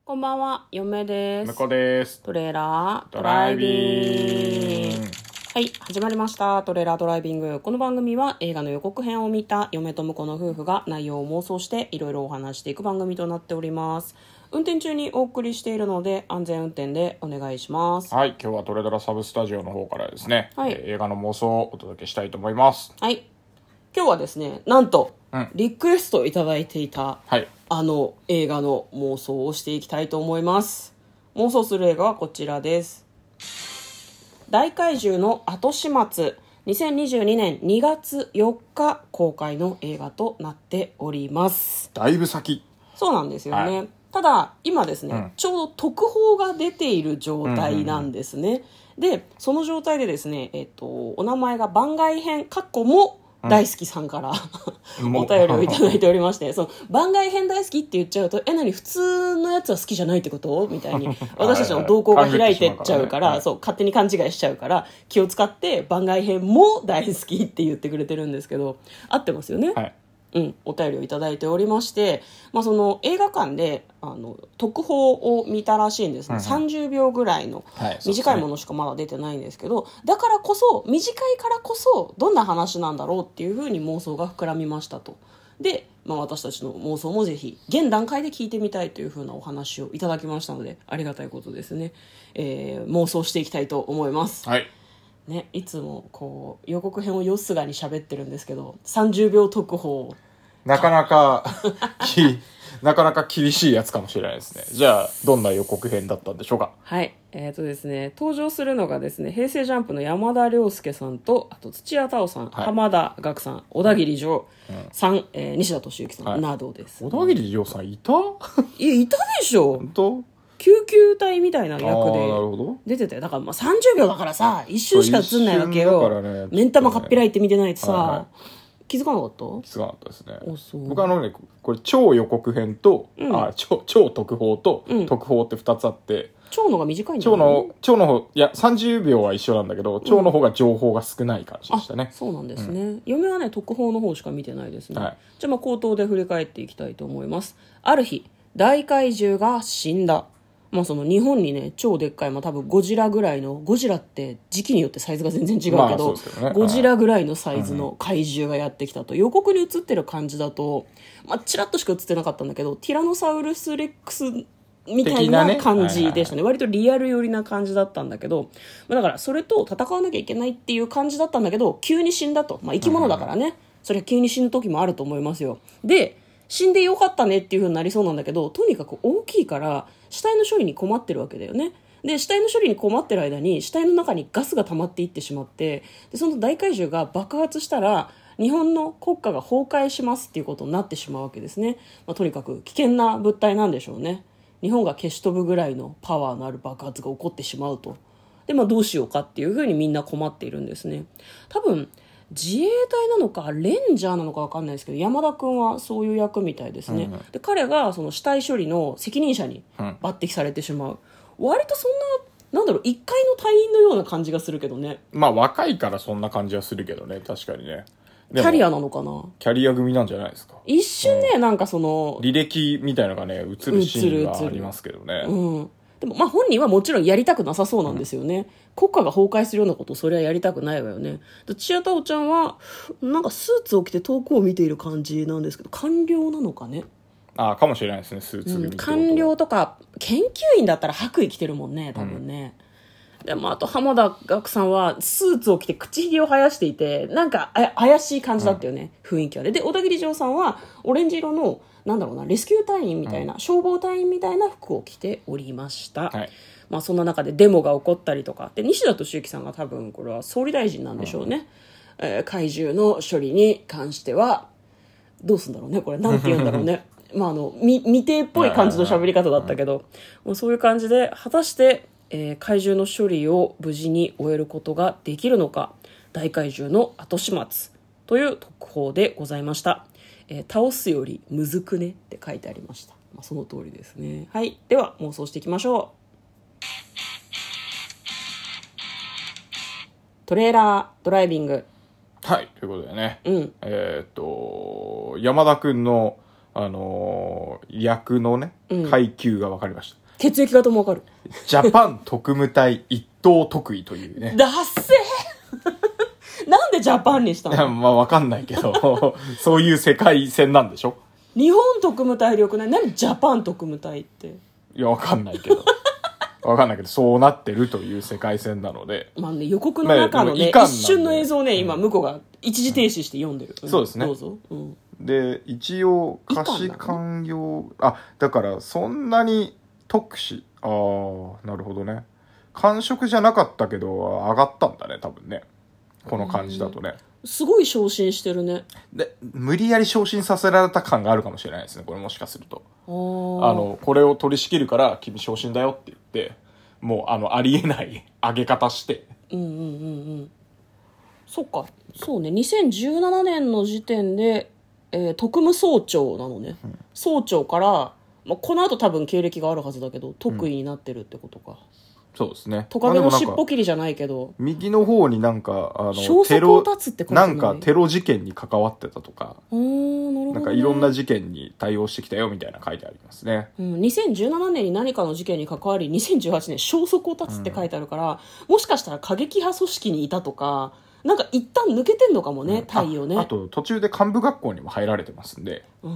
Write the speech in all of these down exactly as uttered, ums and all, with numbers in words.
こんばんは、嫁です。 向こうです。 トレーラードライビング。はい、始まりました。トレーラードライビング。この番組は映画の予告編を見た嫁と婿の夫婦が内容を妄想していろいろお話していく番組となっております。運転中にお送りしているので安全運転でお願いします。 はい、今日はトレドラサブスタジオの方からですね、 はいえー映画の妄想をお届けしたいと思います。 はい、今日はですね、なんと、 うん、 リクエストいただいていた、 はい、あの映画の妄想をしていきたいと思います。妄想する映画はこちらです。大怪獣の後始末、にせんにじゅうにねんにがつよっか公開の映画となっております。 だいぶ先。 そうなんですよね、 はい、 ただ今ですね、うん、ちょうど特報が出ている状態なんですね、うんうんうん、でその状態でですね、えっと、お名前が番外編かっこも大好きさんから、うん、お便りをいただいておりましてその番外編大好きって言っちゃうとえ何普通のやつは好きじゃないってことみたいに私たちの動向が開いてっちゃうから、はいはい、そう勝手に勘違いしちゃうから気を使って番外編も大好きって言ってくれてるんですけど合ってますよね、はい、うん、お便りをいただいておりまして、まあ、その映画館であの特報を見たらしいんですね、うんうん、さんじゅうびょうぐらいの、はい、短いものしかまだ出てないんですけど、だからこそ短いからこそどんな話なんだろうっていうふうに妄想が膨らみましたと。で、まあ、私たちの妄想もぜひ現段階で聞いてみたいというふうなお話をいただきましたのでありがたいことですね、えー、妄想していきたいと思います。 はいね、いつもこう予告編をよすがに喋ってるんですけどさんじゅうびょう特報なかなかきなかなか厳しいやつかもしれないですね。じゃあどんな予告編だったんでしょうか。 はいえーとですね、登場するのがですね平成ジャンプの山田涼介さんとあと土屋太鳳さん、はい、浜田岳さん小田切丈さん、うんえー、西田敏行さん、はい、などです、 小田切丈さんいたいやいたでしょ。 本当救急隊みたいな役で出ててだからまあさんじゅうびょうだからさ一瞬しか映んないわけよ、ね、目ん玉かっぴらいって見てないとさ、はいはい、気づかなかった？ 気づかなかったですね。僕あのねこれ超予告編と、うん、あ 超, 超特報と、うん、特報ってふたつあって超のが短いんだよね。超の超の方いやさんじゅうびょうは一緒なんだけど超の方が情報が少ない感じでしたね、うん、 そうなんですね、うん、嫁はね特報の方しか見てないですね、はい、じゃあまあ口頭で振り返っていきたいと思います。ある日大怪獣が死んだ。まあ、その日本にね超でっかい、まあ、多分ゴジラぐらいのゴジラって時期によってサイズが全然違うけど、まあそうですけどね、ゴジラぐらいのサイズの怪獣がやってきたと、うん、予告に映ってる感じだと、まあ、チラッとしか映ってなかったんだけどティラノサウルスレックスみたいな感じでしたね、割とリアル寄りな感じだったんだけど、まあ、だからそれと戦わなきゃいけないっていう感じだったんだけど急に死んだと、まあ、生き物だからね、うん、それは急に死ぬ時もあると思いますよ。で死んでよかったねっていう風になりそうなんだけどとにかく大きいから死体の処理に困ってるわけだよね。で死体の処理に困ってる間に死体の中にガスが溜まっていってしまってでその大怪獣が爆発したら日本の国家が崩壊しますっていうことになってしまうわけですね、まあ、とにかく危険な物体なんでしょうね。日本が消し飛ぶぐらいのパワーのある爆発が起こってしまうとで、まあ、どうしようかっていう風にみんな困っているんですね。多分自衛隊なのかレンジャーなのか分かんないですけど山田君はそういう役みたいですね、うんうん、で彼がその死体処理の責任者に抜擢されてしまう、うん、割とそんななんだろう一階の隊員のような感じがするけどね。 まあ若いからそんな感じはするけどね確かにね。 キャリアなのかな。 キャリア組なんじゃないですか。 一瞬ね、うん、なんかその履歴みたいなのがね映るシーンがありますけどね。 うんでもまあ本人はもちろんやりたくなさそうなんですよね、うん、国家が崩壊するようなことをそれはやりたくないわよね。土屋太鳳ちゃんはなんかスーツを着て遠くを見ている感じなんですけど官僚なのかね。 ああかもしれないですねスーツ組、 うん、官僚とか研究員だったら白衣着てるもんね多分ね、うん、でもあと浜田岳さんはスーツを着て口ひげを生やしていてなんかあ怪しい感じだったよね、うん、雰囲気はでで小田切丈さんはオレンジ色のなんだろうなレスキュー隊員みたいな、うん、消防隊員みたいな服を着ておりました、はいまあ、そんな中でデモが起こったりとかで西田敏行さんが多分これは総理大臣なんでしょうね、うんえー、怪獣の処理に関してはどうするんだろうねこれなんて言うんだろうねまああの未定っぽい感じの喋り方だったけど、もうそういう感じで果たして、えー、怪獣の処理を無事に終えることができるのか大怪獣の後始末という特報でございました。えー、倒すよりむずくねって書いてありました、まあ、その通りですね。はいでは妄想していきましょう。トレーラードライビング。 はいということでね、 うん、 えー、っと山田くんのあのー、役のね、 うん、 階級が分かりました。 血液型も分かる。 ジャパン特務隊一等特異というね。 だっせーなんでジャパンにしたの？いや、 まあ分かんないけど、そういう世界線なんでしょ。 日本特務隊でよくない？何ジャパン特務隊って。 いや、分かんないけど。分かんないけど、そうなってるという世界線なので。 まあね、予告の中のね、一瞬の映像ね、今、向こうが一時停止して読んでる。 うん、そうですね。 どうぞ。うん、 で、一応、可視官用、あ、だから、そんなに特殊、ああ、なるほどね。感触じゃなかったけど、上がったんだね、多分ね。この感じだとね。 すごい昇進してるね。 で、無理やり昇進させられた感があるかもしれないですね、これもしかすると。あの、これを取り仕切るから、君昇進だよって言って、もう、あの、ありえない上げ方して。 うんうんうんうん。そっか、そうね、にせんじゅうななねんの時点で、えー、特務総長なのね。うん、総長から、まあ、この後多分経歴があるはずだけど、特異になってるってことか。うん、 そうですね。 トカゲの尻尾切りじゃないけど、 右の方になんかあの消息を絶つってことなんかテロ事件に関わってたとか、 なるほどね、 なんかいろんな事件に対応してきたよみたいな書いてありますね。 うん、にせんじゅうななねんに何かの事件に関わりにせんじゅうはちねん消息を絶つって書いてあるから、うん、もしかしたら過激派組織にいたとか、なんか一旦抜けてんのかもね、うん、太陽ね。 あ, あと途中で幹部学校にも入られてますんで、うんうん、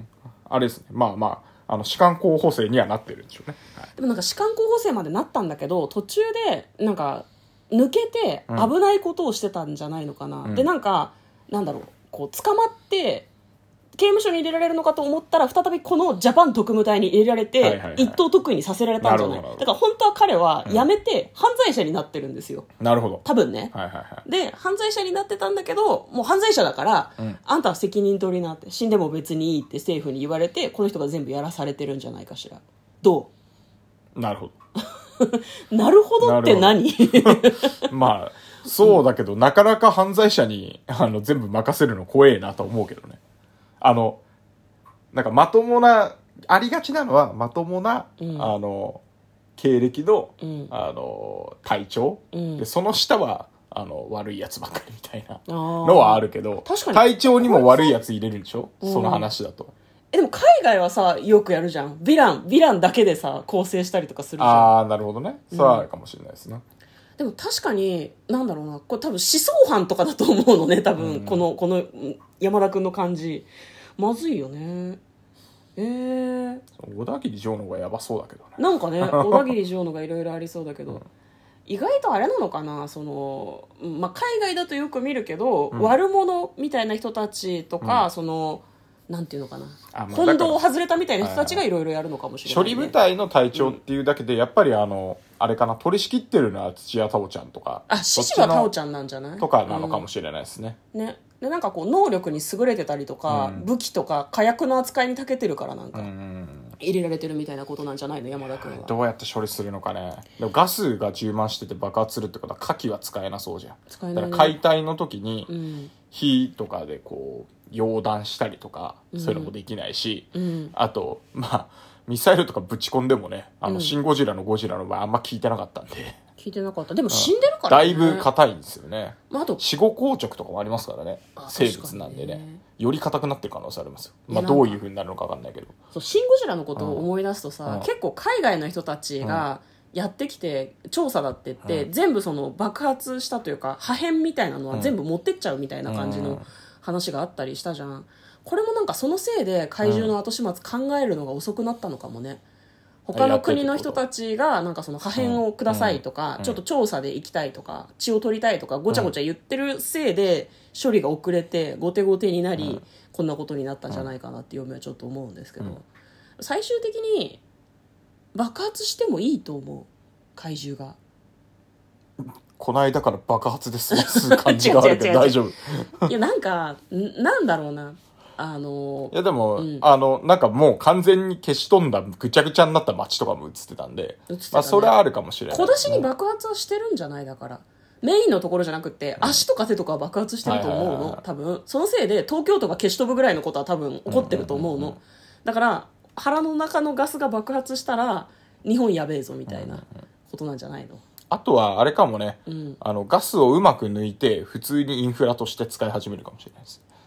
あれですね、まあまああの士官候補生にはなってるんでしょうね、はい、 でもなんか士官候補生までなったんだけど、途中でなんか抜けて危ないことをしてたんじゃないのかな、うん、でなんかなんだろう、こう捕まって刑務所に入れられるのかと思ったら、再びこのジャパン特務隊に入れられて、はいはいはい、一等特異にさせられたんじゃない。だから本当は彼は辞めて犯罪者になってるんですよ。 なるほど。 多分ね、 はいはいはい。 で犯罪者になってたんだけど、もう犯罪者だから、うん、あんたは責任取りなって、死んでも別にいいって政府に言われて、この人が全部やらされてるんじゃないかしら。どう？なるほど。なるほどって何？ まあそうだけど、うん、なかなか犯罪者にあの全部任せるの怖えなと思うけどね。あのなんかまともな、ありがちなのはまともな、うん、あの経歴の、うん、あの隊長、うん、でその下はあの悪いやつばっかりみたいなのはあるけど、確かに隊長にも悪いやつ入れるんでしょ、うん、その話だと。 えでも海外はさよくやるじゃん、ヴィランヴィランだけでさ構成したりとかするじゃん。 ああなるほどね、それはあるかもしれないですね、うん、 でも確かになんだろうな、これ多分思想犯とかだと思うのね、多分、うん、このこの山田君の感じまずいよね。えー、 小田切城の方がやばそうだけどね。 なんかね小田切城のがいろいろありそうだけど、うん、意外とあれなのかな、その、まあ、海外だとよく見るけど、うん、悪者みたいな人たちとか、うん、そのなんていうのかな、まあ、本道を外れたみたいな人たちがいろいろやるのかもしれない、ね、 処理部隊の隊長っていうだけで、やっぱりあの、うん、あれかな、取り仕切ってるのは土屋太鳳ちゃんとか、 あ、指示は太鳳ちゃんなんじゃないとかなのかもしれないですね、 うん、ねでなんかこう能力に優れてたりとか、うん、武器とか火薬の扱いに長けてるからなんか入れられてるみたいなことなんじゃないの、山田君は。 どうやって処理するのかね。でもガスが充満してて爆発するってことは火器は使えなそうじゃん。使えないね。だから解体の時に火とかでこう溶断したりとか、うん、そういうのもできないし、うん、あとまあミサイルとかぶち込んでもね、あの、うん、シン・ゴジラのゴジラの場合あんま効いてなかったんで。 聞いてなかった。でも死んでるからね、 うん、だいぶ硬いんですよね、まあ、あと死後硬直とかもありますからね、生物なんでね、より硬くなってる可能性ありますよ、まあ、どういう風になるのか分かんないけど。 そうシン・ゴジラのことを思い出すとさ、うん、結構海外の人たちがやってきて調査だって言って、うん、全部その爆発したというか破片みたいなのは全部持ってっちゃうみたいな感じの話があったりしたじゃん。これもなんかそのせいで怪獣の後始末考えるのが遅くなったのかもね。他の国の人たちがなんかその破片をくださいとか、ちょっと調査で行きたいとか血を取りたいとかごちゃごちゃ言ってるせいで処理が遅れて後手後手になり、こんなことになったんじゃないかなって嫁はちょっと思うんですけど、最終的に爆発してもいいと思う、怪獣が。 この間から爆発で済ます感じがあるけど大丈夫？ いやなんかなんだろうな、あのいやでも、うん、あのなんかもう完全に消し飛んだぐちゃぐちゃになった街とかも映ってたんで、ね、まあ、それはあるかもしれない、 小出しに爆発はしてるんじゃない。だからメインのところじゃなくて足とか手とかは爆発してると思うの、はいはいはい、多分そのせいで東京都が消し飛ぶぐらいのことは多分起こってると思うの、うんうんうんうん、だから腹の中のガスが爆発したら日本やべえぞみたいなことなんじゃないの。 あとはあれかもね、うん、あのガスをうまく抜いて普通にインフラとして使い始めるかもしれないです。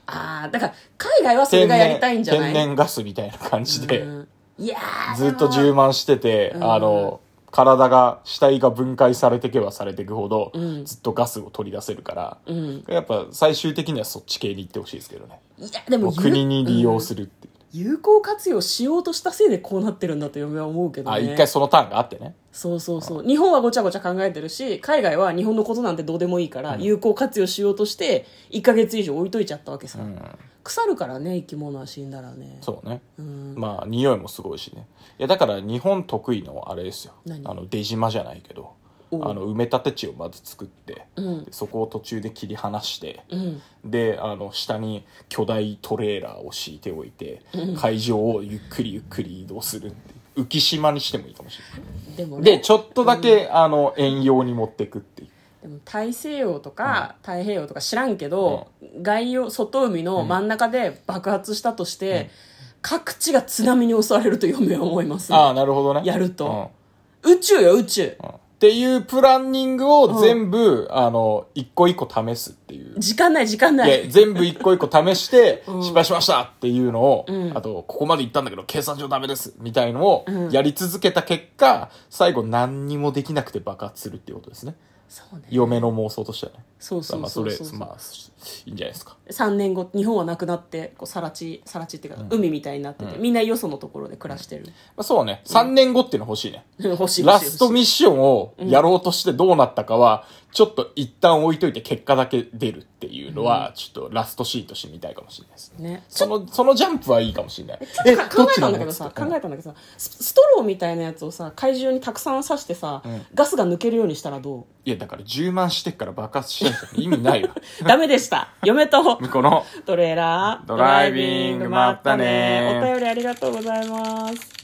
ああ、だから海外はそれがやりたいんじゃない？ 天然ガスみたいな感じで、 うん、いやずっと充満してて、 うん、 あの、体が、死体が分解されていけばされていくほど、 うん、 ずっとガスを取り出せるから、 うん、 やっぱ最終的にはそっち系に行ってほしいですけどね。 いや、でも、 もう国に利用するっていう。 うん、有効活用しようとしたせいでこうなってるんだと嫁は思うけどね。 あ、一回そのターンがあってね。 そうそうそう。日本はごちゃごちゃ考えてるし、海外は日本のことなんてどうでもいいから、有効活用しようとして、いっかげつ以上置いといちゃったわけさ。うん、腐るからね、生き物は死んだらね。 そうね。 うん、 まあ、匂いもすごいしね。いや、だから日本得意のあれですよ。 何？ あの、出島じゃないけど、あの、埋め立て地をまず作って、うん、そこを途中で切り離して、うん、で、あの、下に巨大トレーラーを敷いておいて、うん、海上をゆっくりゆっくり移動するっていう。浮島にしてもいいかもしれない。 でもね、 で、ちょっとだけ、うん、あの、遠洋に持っていくっていう。 でも大西洋とか、うん、太平洋とか知らんけど、うん、外洋、外海の真ん中で爆発したとして、うん、各地が津波に襲われると嫁は思います、 ね。ああ、なるほどね。 やると。うん、宇宙よ、宇宙。 うんっていうプランニングを全部、うん、あの、一個一個試すっていう。 時間ない、時間ない。 いや、全部一個一個試して、失敗しましたっていうのを、うん、あと、ここまで行ったんだけど、計算上ダメです、みたいのを、やり続けた結果、最後何にもできなくて爆発するっていうことですね。 そうね。 嫁の妄想としてはね。 そうそうそうそう。 まあ、それ、まあ、いいんじゃないですか。 さんねんご、日本はなくなって、こう、さら地、さら地っていうか、うん、海みたいになってて、うん、みんなよそのところで暮らしてる。まあ、そうね。さんねんごっていうの欲しいね。 欲しい。 ラストミッションをやろうとしてどうなったかは、ちょっと一旦置いといて結果だけ出るっていうのは、ちょっとラストシーンとして見たいかもしれないですね。その、そのジャンプはいいかもしれない。 え、考えたんだけどさ、考えたんだけどさ、ストローみたいなやつをさ、怪獣にたくさん刺してさ、うん、ガスが抜けるようにしたらどう？ いや、だから充満してっから爆発しないと意味ないわ。 ダメでした。嫁と、 向こうのトレーラー、 ドライビング、まったね。 お便りありがとうございます。